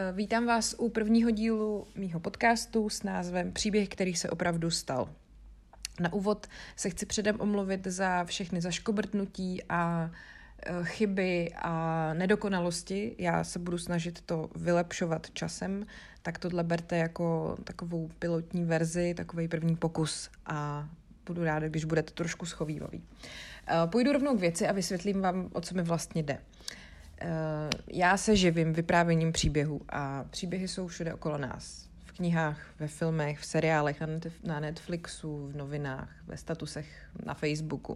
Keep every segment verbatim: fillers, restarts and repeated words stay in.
Vítám vás u prvního dílu mýho podcastu s názvem Příběh, který se opravdu stal. Na úvod se chci předem omluvit za všechny zaškobrtnutí a chyby a nedokonalosti. Já se budu snažit to vylepšovat časem, tak tohle berte jako takovou pilotní verzi, takový první pokus a budu ráda, když budete trošku schovývaví. Půjdu rovnou k věci a vysvětlím vám, o co mi vlastně jde. Já se živím vyprávěním příběhů a příběhy jsou všude okolo nás. V knihách, ve filmech, v seriálech, na Netflixu, v novinách, ve statusech na Facebooku.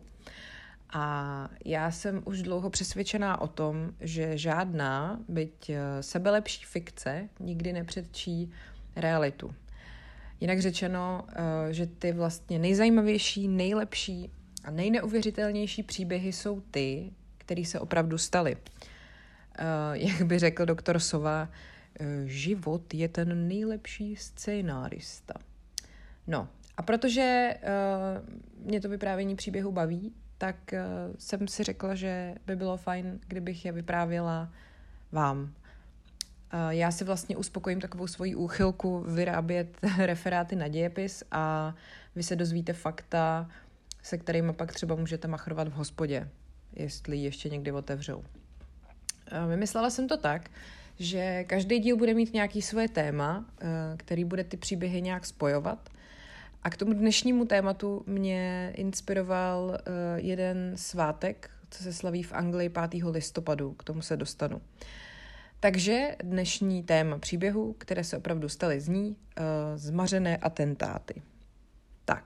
A já jsem už dlouho přesvědčená o tom, že žádná, byť sebelepší fikce, nikdy nepředčí realitu. Jinak řečeno, že ty vlastně nejzajímavější, nejlepší a nejneuvěřitelnější příběhy jsou ty, které se opravdu staly. Jak by řekl doktor Sova, život je ten nejlepší scénárista. No, a protože uh, mě to vyprávění příběhu baví, tak uh, jsem si řekla, že by bylo fajn, kdybych je vyprávěla vám. Uh, já si vlastně uspokojím takovou svoji úchylku vyrábět referáty na dějepis a vy se dozvíte fakta, se kterými pak třeba můžete machrovat v hospodě, jestli ještě někdy otevřou. Uh, vymyslela jsem to tak, že každý díl bude mít nějaký svoje téma, uh, který bude ty příběhy nějak spojovat. A k tomu dnešnímu tématu mě inspiroval uh, jeden svátek, co se slaví v Anglii pátého listopadu, k tomu se dostanu. Takže dnešní téma příběhu, které se opravdu staly, zní uh, zmařené atentáty. Tak.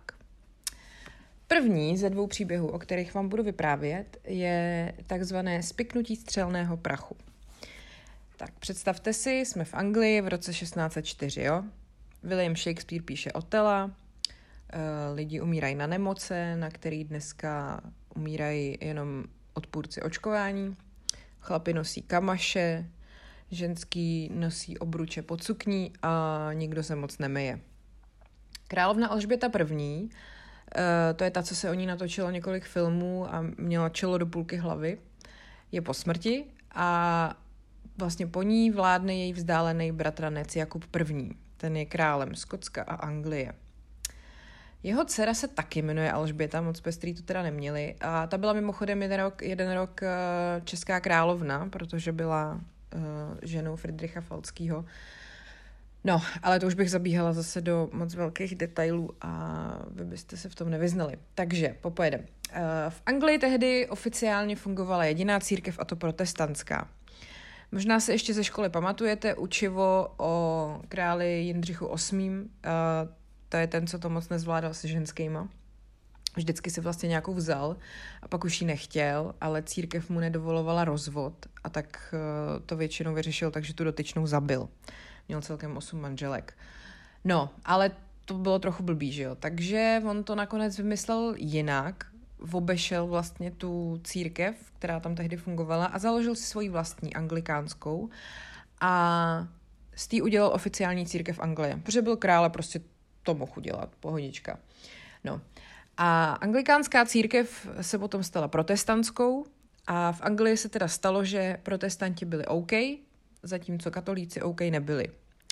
První ze dvou příběhů, o kterých vám budu vyprávět, je takzvané spiknutí střelného prachu. Tak představte si, jsme v Anglii v roce šestnáct set čtyři, jo? William Shakespeare píše Otela, lidi umírají na nemoce, na který dneska umírají jenom odpůrci očkování. Chlapi nosí kamaše, ženský nosí obruče pod sukní a nikdo se moc nemeje. Královna Alžběta první, to je ta, co se o ní natočilo několik filmů a měla čelo do půlky hlavy, je po smrti a vlastně po ní vládne její vzdálený bratranec Jakub první. Ten je králem Skotska a Anglie. Jeho dcera se taky jmenuje Alžběta, moc pestrý to teda neměli. A ta byla mimochodem jeden rok, jeden rok česká královna, protože byla uh, ženou Fridricha Falckého. No, ale to už bych zabíhala zase do moc velkých detailů a vy byste se v tom nevyznali. Takže, popojedem. Uh, v Anglii tehdy oficiálně fungovala jediná církev, a to protestantská. Možná se ještě ze školy pamatujete učivo o králi Jindřichu osmém. Uh, To je ten, co to moc nezvládal se ženskýma. Vždycky si vlastně nějakou vzal a pak už ji nechtěl, ale církev mu nedovolovala rozvod a tak to většinou vyřešil, takže tu dotyčnou zabil. Měl celkem osm manželek. No, ale to bylo trochu blbý, že jo? Takže on to nakonec vymyslel jinak, obešel vlastně tu církev, která tam tehdy fungovala a založil si svoji vlastní anglikánskou a z té udělal oficiální církev Anglie, protože byl král a prostě to mohl udělat, pohodička. No. A anglikánská církev se potom stala protestantskou a v Anglii se teda stalo, že protestanti byli OK, zatímco katolíci OK nebyli.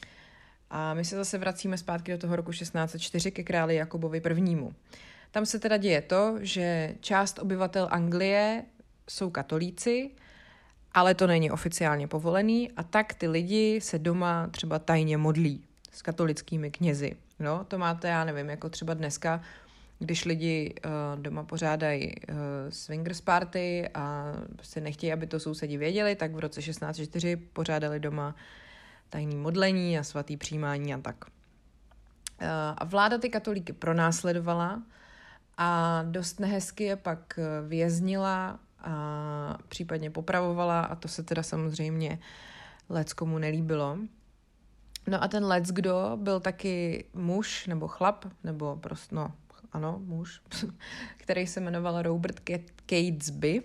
A my se zase vracíme zpátky do toho roku šestnáct set čtyři ke králi Jakubovi prvnímu. Tam se teda děje to, že část obyvatel Anglie jsou katolíci, ale to není oficiálně povolený a tak ty lidi se doma třeba tajně modlí s katolickými knězi. No, to máte, já nevím, jako třeba dneska, když lidi uh, doma pořádají uh, swingers party a prostě nechtějí, aby to sousedi věděli, tak v roce šestnáct set čtyři pořádali doma tajný modlení a svatý přijímání a tak. Uh, a vláda ty katolíky pronásledovala a dost nehezky je pak věznila a případně popravovala a to se teda samozřejmě leckomu nelíbilo. No a ten leckdo byl taky muž, nebo chlap, nebo prostě, no, ano, muž, který se jmenoval Robert Catesby.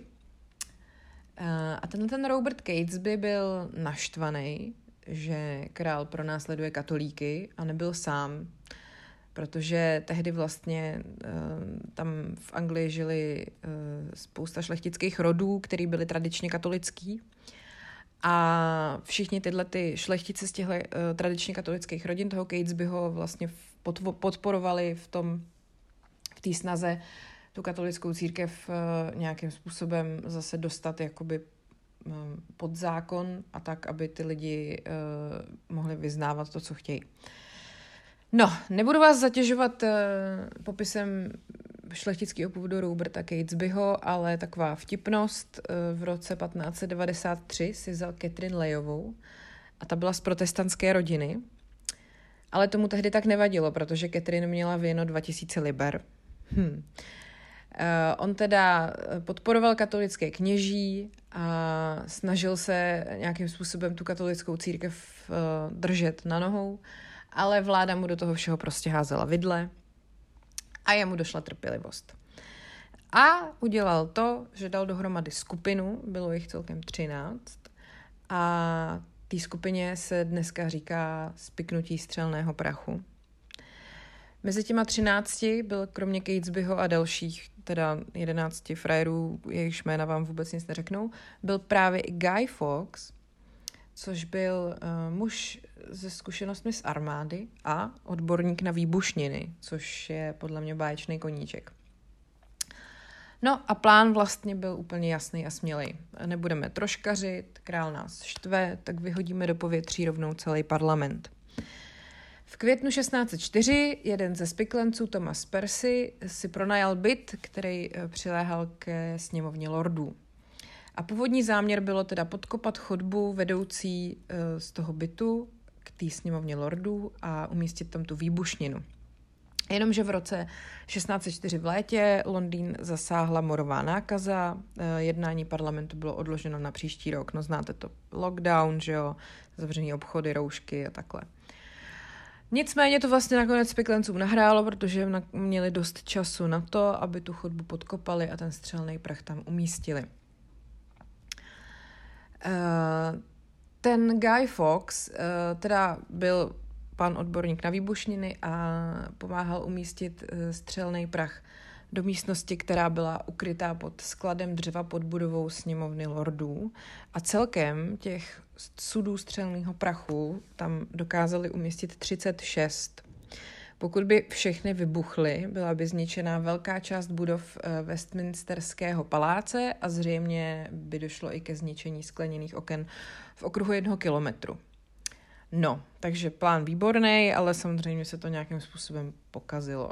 A tenhle ten Robert Catesby byl naštvaný, že král pronásleduje katolíky a nebyl sám, protože tehdy vlastně tam v Anglii žili spousta šlechtických rodů, který byli tradičně katolický. A všichni tyhle ty šlechtice z těchto uh, tradičně katolických rodin toho Catesbyho vlastně podporovali v tom, v té snaze tu katolickou církev uh, nějakým způsobem zase dostat jakoby um, pod zákon a tak, aby ty lidi uh, mohli vyznávat to, co chtějí. No, nebudu vás zatěžovat uh, popisem šlechtického původu Roberta Catesbyho, ale taková vtipnost. Uh, v roce patnáct set devadesát tři si vzal Catherine Layovou a ta byla z protestantské rodiny, ale tomu tehdy tak nevadilo, protože Catherine měla věno dva tisíce liber. Hm. Uh, on teda podporoval katolické kněží a snažil se nějakým způsobem tu katolickou církev uh, držet na nohou, ale vláda mu do toho všeho prostě házela vidle a jemu došla trpělivost. A udělal to, že dal dohromady skupinu, bylo jich celkem třináct, a té skupině se dneska říká spiknutí střelného prachu. Mezi těma třinácti byl kromě Catesbyho a dalších, teda jedenácti frajerů, jejichž jména vám vůbec nic neřeknou, byl právě i Guy Fawkes, což byl uh, muž se zkušenostmi z armády a odborník na výbušniny, což je podle mě báječný koníček. No a plán vlastně byl úplně jasný a smělej. Nebudeme troškařit, král nás štve, tak vyhodíme do povětří rovnou celý parlament. V květnu šestnáct set čtyři jeden ze spiklenců, Thomas Percy, si pronajal byt, který přiléhal ke sněmovně lordů. A původní záměr bylo teda podkopat chodbu vedoucí z toho bytu k té sněmovně lordů a umístit tam tu výbušninu. Jenomže v roce šestnáct set čtyři v létě Londýn zasáhla morová nákaza, jednání parlamentu bylo odloženo na příští rok, no znáte to, lockdown, že jo, zavřený obchody, roušky a takhle. Nicméně to vlastně nakonec spiklencům nahrálo, protože měli dost času na to, aby tu chodbu podkopali a ten střelný prach tam umístili. Ten Guy Fawkes teda byl pan odborník na výbušniny a pomáhal umístit střelný prach do místnosti, která byla ukrytá pod skladem dřeva pod budovou sněmovny lordů. A celkem těch sudů střelného prachu tam dokázali umístit třicet šest. Pokud by všechny vybuchly, byla by zničená velká část budov Westminsterského paláce a zřejmě by došlo i ke zničení skleněných oken v okruhu jednoho kilometru. No, takže plán výborný, ale samozřejmě se to nějakým způsobem pokazilo.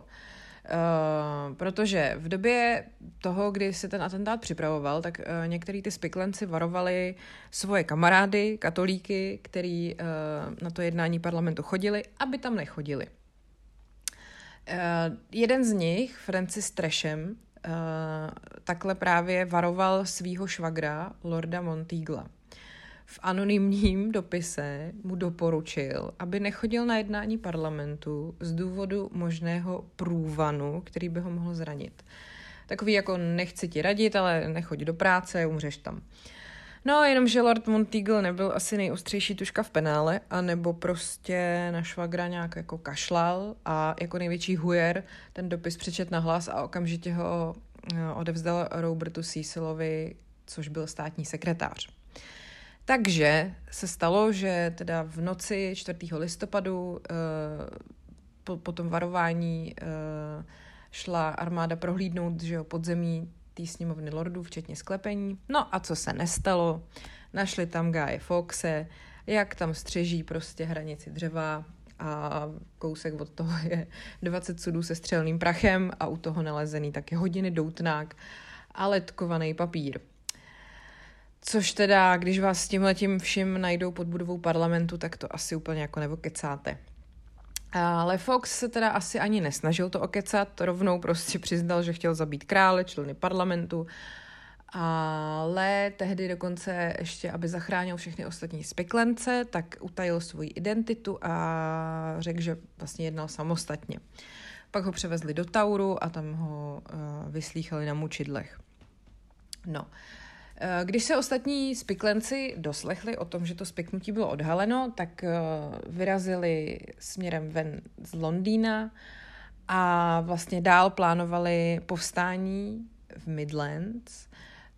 Uh, protože v době toho, kdy se ten atentát připravoval, tak uh, některý ty spiklenci varovali svoje kamarády, katolíky, který uh, na to jednání parlamentu chodili, aby tam nechodili. Uh, jeden z nich, Francis Tresham, uh, takhle právě varoval svýho švagra, lorda Monteagla. V anonymním dopise mu doporučil, aby nechodil na jednání parlamentu z důvodu možného průvanu, který by ho mohl zranit. Takový jako nechci ti radit, ale nechoď do práce, umřeš tam. No, jenomže lord Monteagle nebyl asi nejostřejší tuška v penále, anebo prostě na švagra nějak jako kašlal a jako největší hujer ten dopis přečet na hlas a okamžitě ho odevzdal Robertu Cecilovi, což byl státní sekretář. Takže se stalo, že teda v noci čtvrtého listopadu po, po tom varování šla armáda prohlídnout, že jo, podzemí té sněmovny lordů, včetně sklepení. No a co se nestalo? Našli tam Guye Fawkese, jak tam střeží prostě hranici dřeva a kousek od toho je dvacet sudů se střelným prachem a u toho nalezený taky hodiny doutnák a letkovaný papír. Což teda, když vás s tímhletím vším najdou pod budovou parlamentu, tak to asi úplně jako nevokecáte. Ale Fawkes se teda asi ani nesnažil to okecat, rovnou prostě přiznal, že chtěl zabít krále, členy parlamentu, ale tehdy dokonce ještě, aby zachránil všechny ostatní spiklence, tak utajil svoji identitu a řekl, že vlastně jednal samostatně. Pak ho převezli do Toweru a tam ho uh, vyslýchali na mučidlech. No. Když se ostatní spiklenci doslechli o tom, že to spiknutí bylo odhaleno, tak vyrazili směrem ven z Londýna a vlastně dál plánovali povstání v Midlands.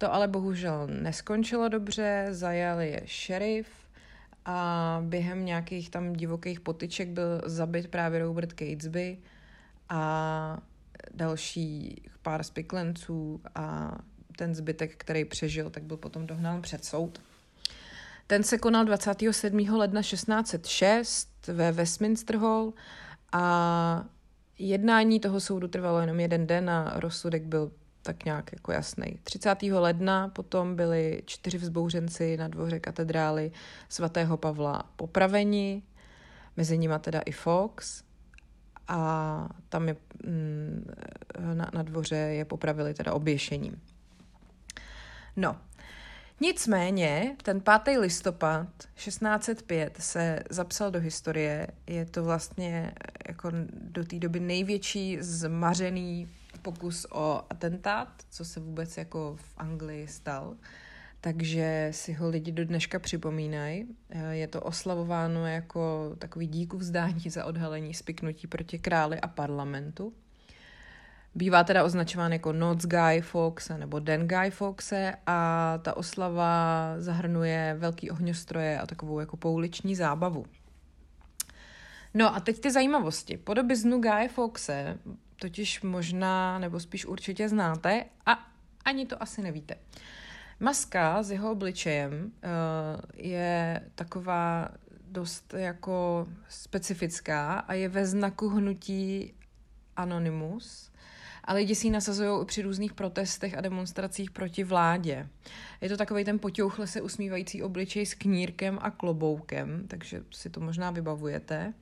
To ale bohužel neskončilo dobře, zajali je šerif a během nějakých tam divokých potyček byl zabit právě Robert Catesby a další pár spiklenců a ten zbytek, který přežil, tak byl potom dohnán před soud. Ten se konal dvacátého sedmého ledna šestnáct set šest ve Westminster Hall a jednání toho soudu trvalo jenom jeden den a rozsudek byl tak nějak jako jasný. třicátého ledna potom byli čtyři vzbouřenci na dvoře katedrály svatého Pavla popraveni, mezi nimi teda i Fox, a tam je mm, na, na dvoře je popravili teda oběšením. No, nicméně ten pátý listopad šestnáct set pět se zapsal do historie, je to vlastně jako do té doby největší zmařený pokus o atentát, co se vůbec jako v Anglii stal, takže si ho lidi do dneška připomínají. Je to oslavováno jako takový díku vzdání za odhalení spiknutí proti králi a parlamentu. Bývá teda označován jako Noc Guy Fawkes nebo Den Guy Fawkes a ta oslava zahrnuje velký ohňostroje a takovou jako pouliční zábavu. No a teď ty zajímavosti. Podobiznu Guy Fawkese totiž možná, nebo spíš určitě znáte a ani to asi nevíte. Maska s jeho obličejem uh, je taková dost jako specifická a je ve znaku hnutí Anonymous a lidi si ji nasazují při různých protestech a demonstracích proti vládě. Je to takovej ten potěuchle se usmívající obličej s knírkem a kloboukem, takže si to možná vybavujete.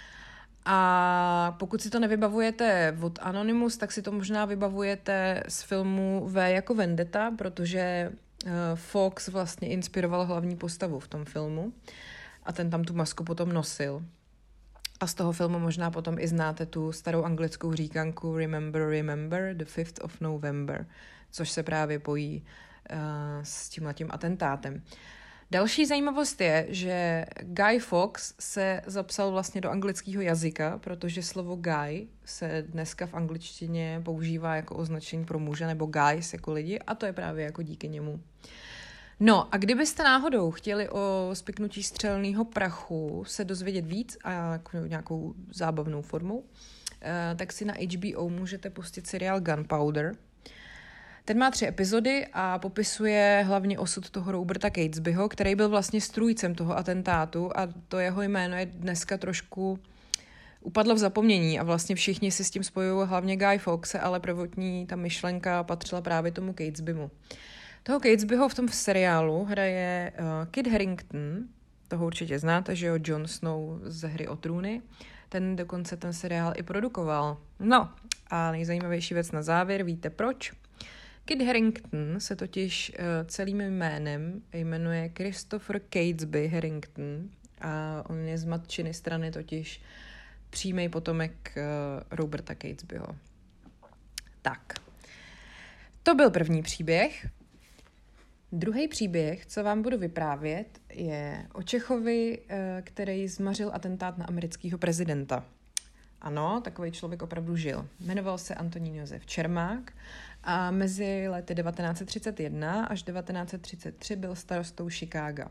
A pokud si to nevybavujete od Anonymous, tak si to možná vybavujete z filmu V jako Vendetta, protože Fox vlastně inspiroval hlavní postavu v tom filmu a ten tam tu masku potom nosil. A z toho filmu možná potom i znáte tu starou anglickou říkanku Remember, remember, the fifth of November, což se právě pojí uh, s tímhletím atentátem. Další zajímavost je, že Guy Fawkes se zapsal vlastně do anglického jazyka, protože slovo guy se dneska v angličtině používá jako označení pro muže nebo guys jako lidi a to je právě jako díky němu. No a kdybyste náhodou chtěli o spiknutí střelného prachu se dozvědět víc a jako nějakou zábavnou formou, tak si na H B O můžete pustit seriál Gunpowder. Ten má tři epizody a popisuje hlavně osud toho Roberta Catesbyho, který byl vlastně strůjcem toho atentátu a to jeho jméno je dneska trošku upadlo v zapomnění a vlastně všichni si s tím spojují hlavně Guy Fawkese, ale prvotní ta myšlenka patřila právě tomu Catesbymu. Toho Catesbyho v tom seriálu hraje uh, Kit Harington, toho určitě znáte, že jo, Jon Snow z Hry o trůny. Ten dokonce ten seriál i produkoval. No a nejzajímavější věc na závěr, víte proč? Kit Harington se totiž uh, celým jménem jmenuje Christopher Catesby Harington a on je z matčiny strany totiž přímý potomek uh, Roberta Catesbyho. Tak, to byl první příběh. Druhý příběh, co vám budu vyprávět, je o Čechovi, který zmařil atentát na amerického prezidenta. Ano, takový člověk opravdu žil. Jmenoval se Antonín Josef Čermák a mezi lety devatenáct set třicet jedna až devatenáct set třicet tři byl starostou Chicaga.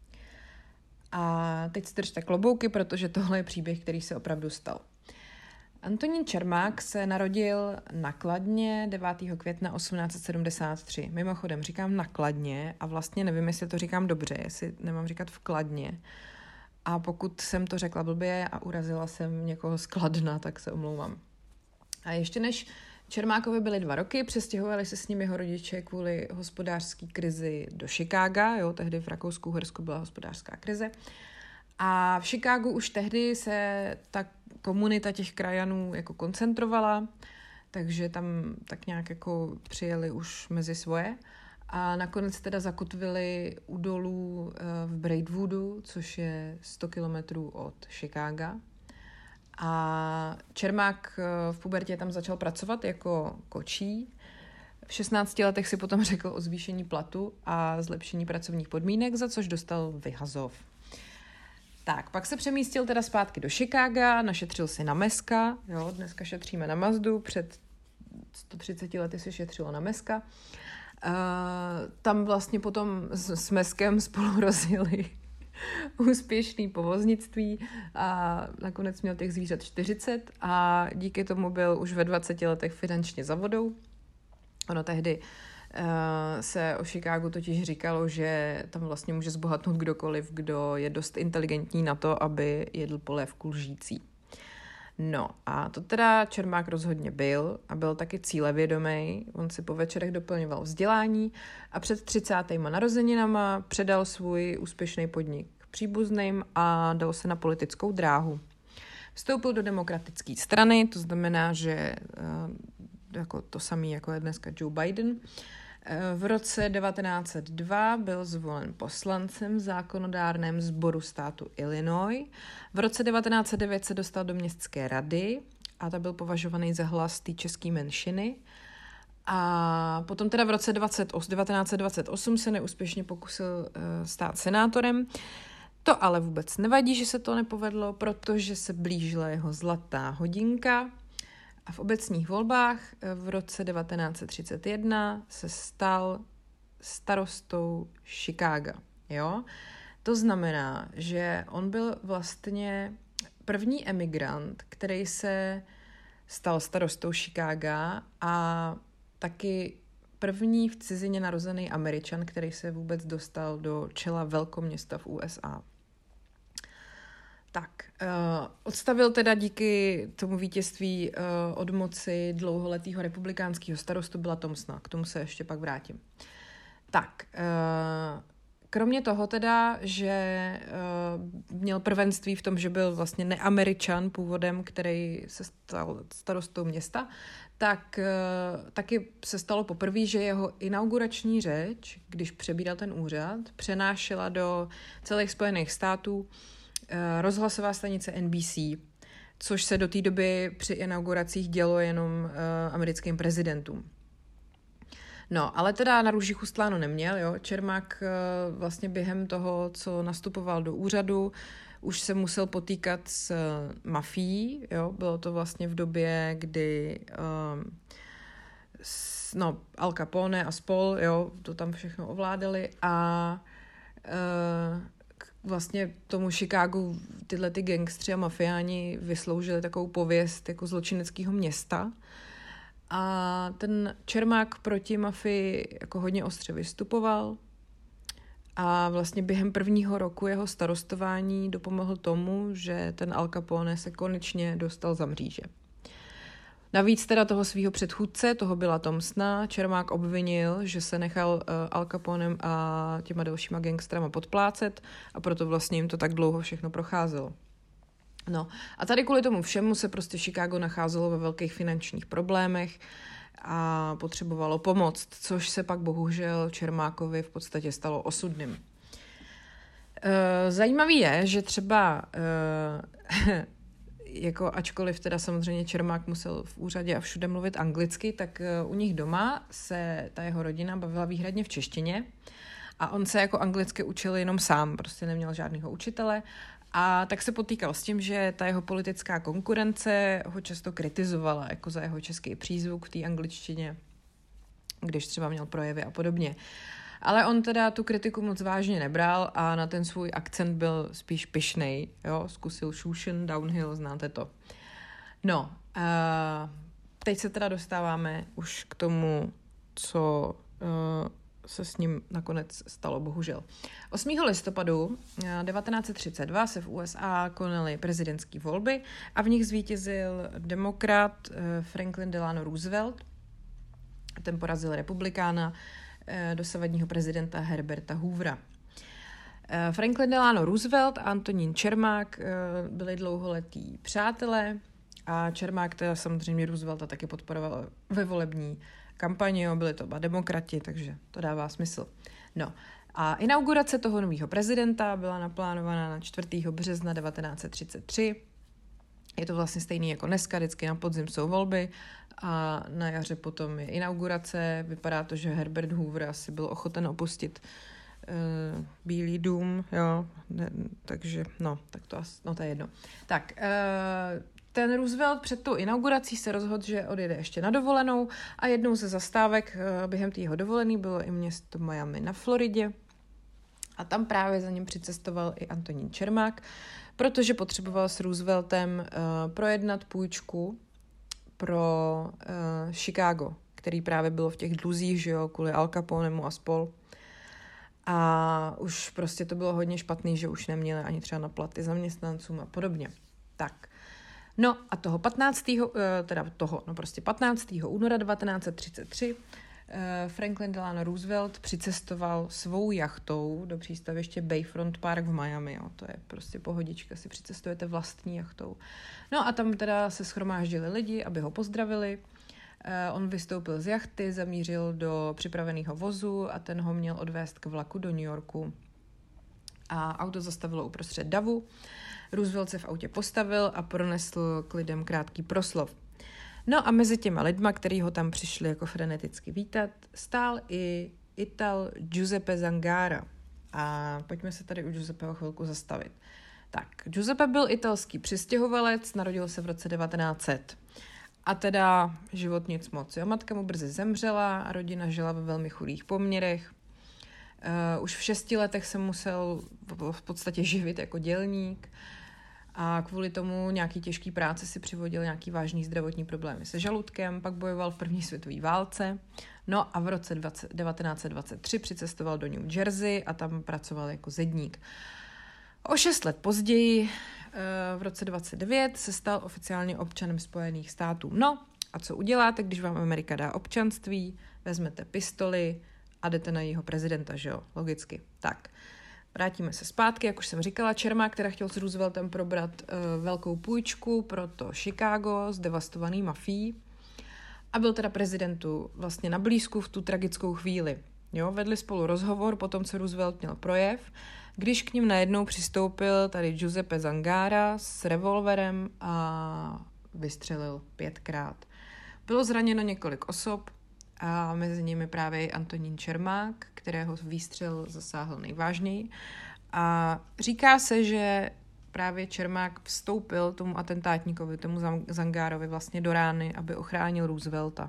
A teď si držte klobouky, protože tohle je příběh, který se opravdu stal. Antonín Čermák se narodil na Kladně devátého května osmnáct set sedmdesát tři. Mimochodem říkám na Kladně a vlastně nevím, jestli to říkám dobře, jestli nemám říkat v Kladně. A pokud jsem to řekla blbě a urazila jsem někoho z Kladna, tak se omlouvám. A ještě než Čermákovi byly dva roky, přestěhovali se s ním jeho rodiče kvůli hospodářské krizi do Chicaga, jo, tehdy v Rakousku-Uhersku byla hospodářská krize. A v Chicagu už tehdy se ta komunita těch krajanů jako koncentrovala, takže tam tak nějak jako přijeli už mezi svoje a nakonec teda zakotvili u dolů v Braidwoodu, což je sto kilometrů od Chicaga. A Čermák v pubertě tam začal pracovat jako kočí. V šestnácti letech si potom řekl o zvýšení platu a zlepšení pracovních podmínek, za což dostal vyhazov. Tak, pak se přemístil teda zpátky do Chicaga, našetřil si na Meska, jo, dneska šetříme na Mazdu, před sto třiceti lety se šetřilo na Meska tam vlastně potom s, s Meskem spolu rozjeli úspěšný povoznictví a nakonec měl těch zvířat čtyřicet a díky tomu byl už ve dvaceti letech finančně za vodou. Ono tehdy uh, se o Chicagu totiž říkalo, že tam vlastně může zbohatnout kdokoliv, kdo je dost inteligentní na to, aby jedl polévku lžící. No a to teda Čermák rozhodně byl a byl taky cílevědomý. On si po večerech doplňoval vzdělání a před třicátými narozeninama předal svůj úspěšný podnik příbuzným a dal se na politickou dráhu. Vstoupil do demokratické strany, to znamená, že jako to samý jako je dneska Joe Biden. V roce devatenáct set dva byl zvolen poslancem v zákonodárném sboru státu Illinois. V roce devatenáct set devět se dostal do městské rady a ta byl považovaný za hlas té české menšiny. A potom teda v roce devatenáct set dvacet osm se neúspěšně pokusil uh, stát senátorem. To ale vůbec nevadí, že se to nepovedlo, protože se blížila jeho zlatá hodinka. A v obecních volbách v roce devatenáct set třicet jedna se stal starostou Chicaga. Jo? To znamená, že on byl vlastně první emigrant, který se stal starostou Chicaga a taky první v cizině narozený Američan, který se vůbec dostal do čela velkoměsta v U S A. Tak, uh, odstavil teda díky tomu vítězství uh, od moci dlouholetého republikánského starostu Billa Thompsona. K tomu se ještě pak vrátím. Tak, uh, kromě toho teda, že uh, měl prvenství v tom, že byl vlastně neameričan původem, který se stal starostou města, tak uh, taky se stalo poprvé, že jeho inaugurační řeč, když přebíral ten úřad, přenášela do celých Spojených států rozhlasová stanice N B C, což se do té doby při inauguracích dělo jenom uh, americkým prezidentům. No, ale teda na růži chustláno neměl, jo. Čermák uh, vlastně během toho, co nastupoval do úřadu, už se musel potýkat s uh, mafií, jo. Bylo to vlastně v době, kdy um, s, no, Al Capone a spol, jo, to tam všechno ovládali a uh, vlastně tomu Chicagu tyhle ty gangstři a mafiáni vysloužili takovou pověst jako zločineckého města. A ten Čermák proti mafii jako hodně ostře vystupoval a vlastně během prvního roku jeho starostování dopomohl tomu, že ten Al Capone se konečně dostal za mříže. Navíc teda toho svého předchůdce, toho Billa Thompsona, Čermák obvinil, že se nechal uh, Al Caponem a těma dalšíma gangstrama podplácet a proto vlastně jim to tak dlouho všechno procházelo. No a tady kvůli tomu všemu se prostě Chicago nacházelo ve velkých finančních problémech a potřebovalo pomoc, což se pak bohužel Čermákovi v podstatě stalo osudným. Uh, zajímavý je, že třeba uh, jako ačkoliv teda samozřejmě Čermák musel v úřadě a všude mluvit anglicky, tak u nich doma se ta jeho rodina bavila výhradně v češtině a on se jako anglicky učil jenom sám, prostě neměl žádného učitele a tak se potýkal s tím, že ta jeho politická konkurence ho často kritizovala jako za jeho český přízvuk v té angličtině, když třeba měl projevy a podobně. Ale on teda tu kritiku moc vážně nebral a na ten svůj akcent byl spíš pyšnej, jo, zkusil šušen, downhill, znáte to. No, uh, teď se teda dostáváme už k tomu, co uh, se s ním nakonec stalo, bohužel. osmého listopadu devatenáct set třicet dva se v U S A konaly prezidentské volby a v nich zvítězil demokrat uh, Franklin Delano Roosevelt. Ten porazil republikána dosavadního prezidenta Herberta Hoovera. Franklin Delano Roosevelt a Antonín Čermák byli dlouholetí přátelé a Čermák teda samozřejmě Roosevelta taky podporoval ve volební kampani, byli to oba demokrati, takže to dává smysl. No a inaugurace toho nového prezidenta byla naplánovaná na čtvrtého března devatenáct set třicet tři. Je to vlastně stejný jako dneska, vždycky na podzim jsou volby a na jaře potom je inaugurace. Vypadá to, že Herbert Hoover asi byl ochoten opustit uh, Bílý dům, jo, ne, takže no, tak to, asi, no, to je jedno. Tak, uh, ten Roosevelt před tou inaugurací se rozhodl, že odjede ještě na dovolenou a jednou ze zastávek během té jeho dovolený bylo i město Miami na Floridě a tam právě za ním přicestoval i Antonín Čermák, protože potřeboval s Rooseveltem uh, projednat půjčku pro uh, Chicago, který právě bylo v těch dluzích, že jo, kvůli Al Caponemu a spol. A už prostě to bylo hodně špatný, že už neměli ani třeba na platy zaměstnancům a podobně. Tak. No a toho patnáctého teda toho, no prostě patnáctého února devatenáct set třicet tři Franklin Delano Roosevelt přicestoval svou jachtou do přístaviště Bayfront Park v Miami. Jo. To je prostě pohodička, si přicestujete vlastní jachtou. No a tam teda se shromáždili lidi, aby ho pozdravili. On vystoupil z jachty, zamířil do připraveného vozu a ten ho měl odvést k vlaku do New Yorku. A auto zastavilo uprostřed davu. Roosevelt se v autě postavil a pronesl k lidem krátký proslov. No a mezi těma lidma, který ho tam přišli jako freneticky vítat, stál i Ital Giuseppe Zangara. A pojďme se tady u Giuseppeho chvilku zastavit. Tak, Giuseppe byl italský přistěhovalec, narodil se v roce devatenáct set. A teda život nic moc. Jo? Matka mu brzy zemřela a rodina žila ve velmi chudých poměrech. Uh, už v šesti letech se musel v podstatě živit jako dělník a kvůli tomu nějaký těžký práce si přivodil nějaký vážný zdravotní problémy se žaludkem, pak bojoval v první světové válce. No a v roce devatenáct set dvacet tři přicestoval do New Jersey a tam pracoval jako zedník. O šest let později, v roce dvacet devět, se stal oficiálně občanem Spojených států. No a co uděláte, když vám Amerika dá občanství? Vezmete pistoli a jdete na jeho prezidenta, že jo? Logicky. Tak, vrátíme se zpátky, jak už jsem říkala, Čermák, která chtěl s Rooseveltem probrat uh, velkou půjčku pro to Chicago s devastovaný mafií a byl teda prezidentu vlastně na blízku v tu tragickou chvíli. Jo? Vedli spolu rozhovor po tom, co Roosevelt měl projev, když k ním najednou přistoupil tady Giuseppe Zangara s revolverem a vystřelil pětkrát. Bylo zraněno několik osob a mezi nimi právě i Antonín Čermák, kterého výstřel zasáhl nejvážněji. A říká se, že právě Čermák vstoupil tomu atentátníkovi, tomu Zangarovi vlastně do rány, aby ochránil Roosevelta.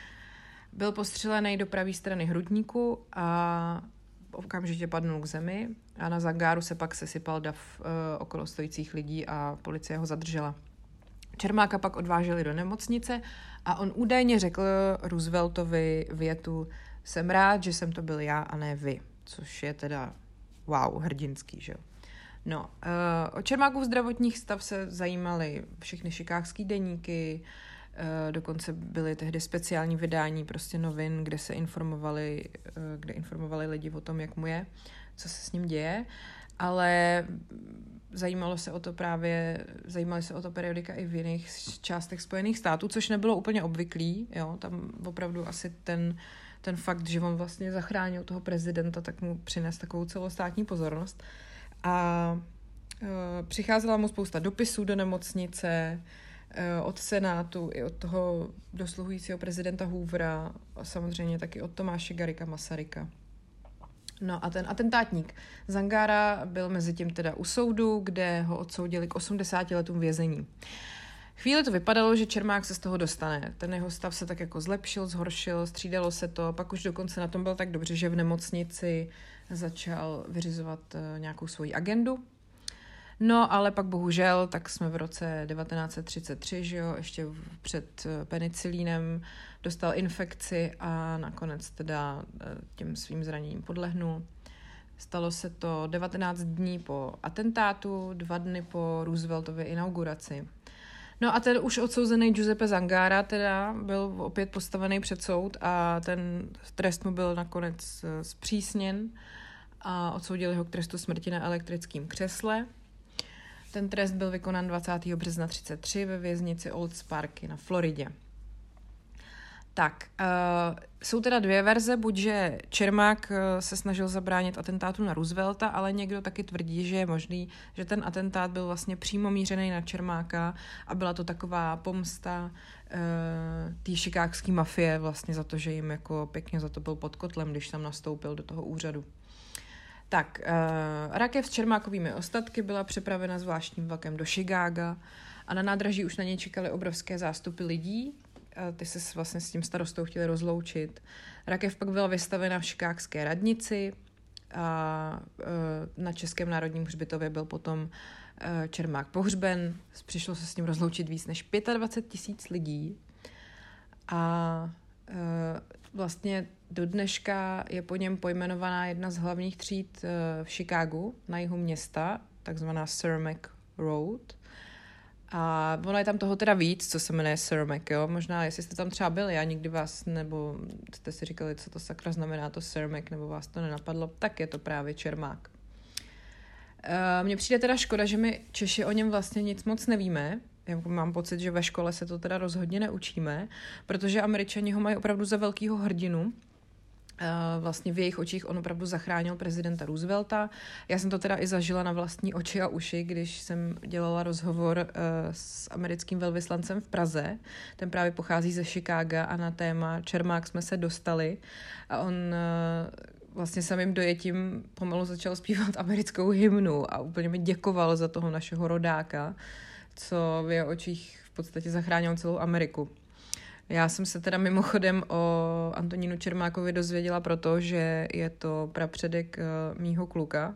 Byl postřelený do pravé strany hrudníku a okamžitě padnul k zemi a na Zangaru se pak sesypal dav uh, okolo stojících lidí a policie ho zadržela. Čermáka pak odváželi do nemocnice a on údajně řekl Rooseveltovi větu: jsem rád, že jsem to byl já a ne vy, což je teda wow, hrdinský, že jo. No, uh, o Čermákův zdravotních stav se zajímaly všechny chicagské deníky, uh, dokonce byly tehdy speciální vydání prostě novin, kde se informovali, uh, kde informovali lidi o tom, jak mu je, co se s ním děje, ale zajímalo se o to právě, zajímaly se o to periodika i v jiných částech Spojených států, což nebylo úplně obvyklý, jo, tam opravdu asi ten, ten fakt, že on vlastně zachránil toho prezidenta, tak mu přines takovou celostátní pozornost. A e, přicházela mu spousta dopisů do nemocnice, e, od Senátu i od toho dosluhujícího prezidenta Hoovera a samozřejmě taky od Tomáše Garrigua Masaryka. No a ten atentátník Zangara byl mezi tím teda u soudu, kde ho odsoudili k osmdesáti letům vězení. Chvíli to vypadalo, že Čermák se z toho dostane. Ten jeho stav se tak jako zlepšil, zhoršil, střídalo se to, pak už dokonce na tom byl tak dobře, že v nemocnici začal vyřizovat nějakou svoji agendu. No, ale pak bohužel, tak jsme v roce devatenáct set třicet tři, že jo, ještě před penicilínem dostal infekci a nakonec teda tím svým zraněním podlehnul. Stalo se to devatenáct dní po atentátu, dva dny po Rooseveltově inauguraci. No a ten už odsouzený Giuseppe Zangara teda byl opět postavený před soud a ten trest mu byl nakonec zpřísněn a odsoudili ho k trestu smrti na elektrickém křesle. Ten trest byl vykonán dvacátého března třicet tři ve věznici Old Sparky na Floridě. Tak, uh, jsou teda dvě verze, buď že Čermák uh, se snažil zabránit atentátu na Roosevelta, ale někdo taky tvrdí, že je možný, že ten atentát byl vlastně přímo mířený na Čermáka a byla to taková pomsta uh, té chicagské mafie vlastně za to, že jim jako pěkně zatopil pod kotlem, když tam nastoupil do toho úřadu. Tak, uh, rakev s čermákovými ostatky byla přepravena zvláštním vlakem do Chicaga a na nádraží už na něj čekaly obrovské zástupy lidí. A ty se vlastně s tím starostou chtěli rozloučit. Rakev pak byla vystavena v chicagské radnici a na Českém národním hřbitově byl potom Čermák pohřben. Přišlo se s ním rozloučit víc než dvacet pět tisíc lidí. A vlastně do dneška je po něm pojmenovaná jedna z hlavních tříd v Chicagu na jihu města, takzvaná Cermak Road. A ono je tam toho teda víc, co se jmenuje Cermak, jo. Možná, jestli jste tam třeba byli, já nikdy vás, nebo jste si říkali, co to sakra znamená to Cermak, nebo vás to nenapadlo, tak je to právě Čermák. Mně přijde teda škoda, že my Češi o něm vlastně nic moc nevíme. Já mám pocit, že ve škole se to teda rozhodně neučíme, protože Američani ho mají opravdu za velkýho hrdinu. Vlastně v jejich očích on opravdu zachránil prezidenta Roosevelta. Já jsem to teda i zažila na vlastní oči a uši, když jsem dělala rozhovor s americkým velvyslancem v Praze. Ten právě pochází ze Chicaga a na téma Čermák jsme se dostali. A on vlastně samým dojetím pomalu začal zpívat americkou hymnu a úplně mi děkoval za toho našeho rodáka, co v jeho očích v podstatě zachránil celou Ameriku. Já jsem se teda mimochodem o Antonínu Čermákovi dozvěděla proto, že je to prapředek uh, mýho kluka,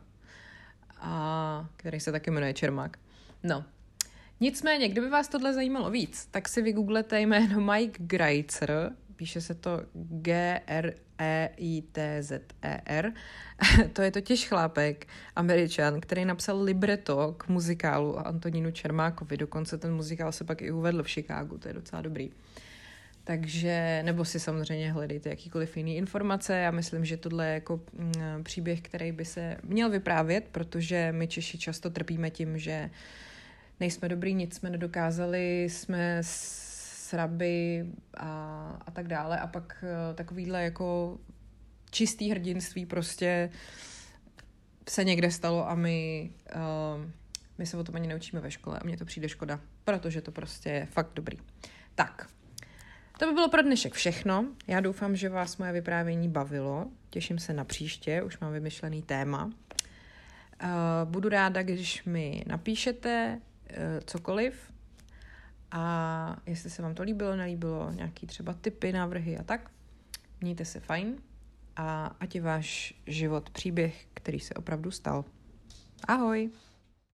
a, který se taky jmenuje Čermák. No, nicméně, kdyby vás tohle zajímalo víc, tak si vygooglete jméno Mike Greitzer, píše se to G R E I T Z E R. To je totiž chlápek, Američan, který napsal libreto k muzikálu a Antonínu Čermákovi. Dokonce ten muzikál se pak i uvedl v Chicagu, to je docela dobrý. Takže, nebo si samozřejmě hledejte jakýkoliv jiný informace. Já myslím, že tohle je jako mm, příběh, který by se měl vyprávět, protože my Češi často trpíme tím, že nejsme dobrý, nic jsme nedokázali, jsme sraby a, a tak dále. A pak uh, takovýhle jako čistý hrdinství prostě se někde stalo a my, uh, my se o tom ani neučíme ve škole a mně to přijde škoda, protože to prostě je fakt dobrý. Tak, to by bylo pro dnešek všechno. Já doufám, že vás moje vyprávění bavilo. Těším se na příště, už mám vymyšlený téma. Uh, budu ráda, když mi napíšete uh, cokoliv a jestli se vám to líbilo, nelíbilo, nějaký třeba tipy, návrhy a tak. Mějte se fajn a ať je váš život příběh, který se opravdu stal. Ahoj!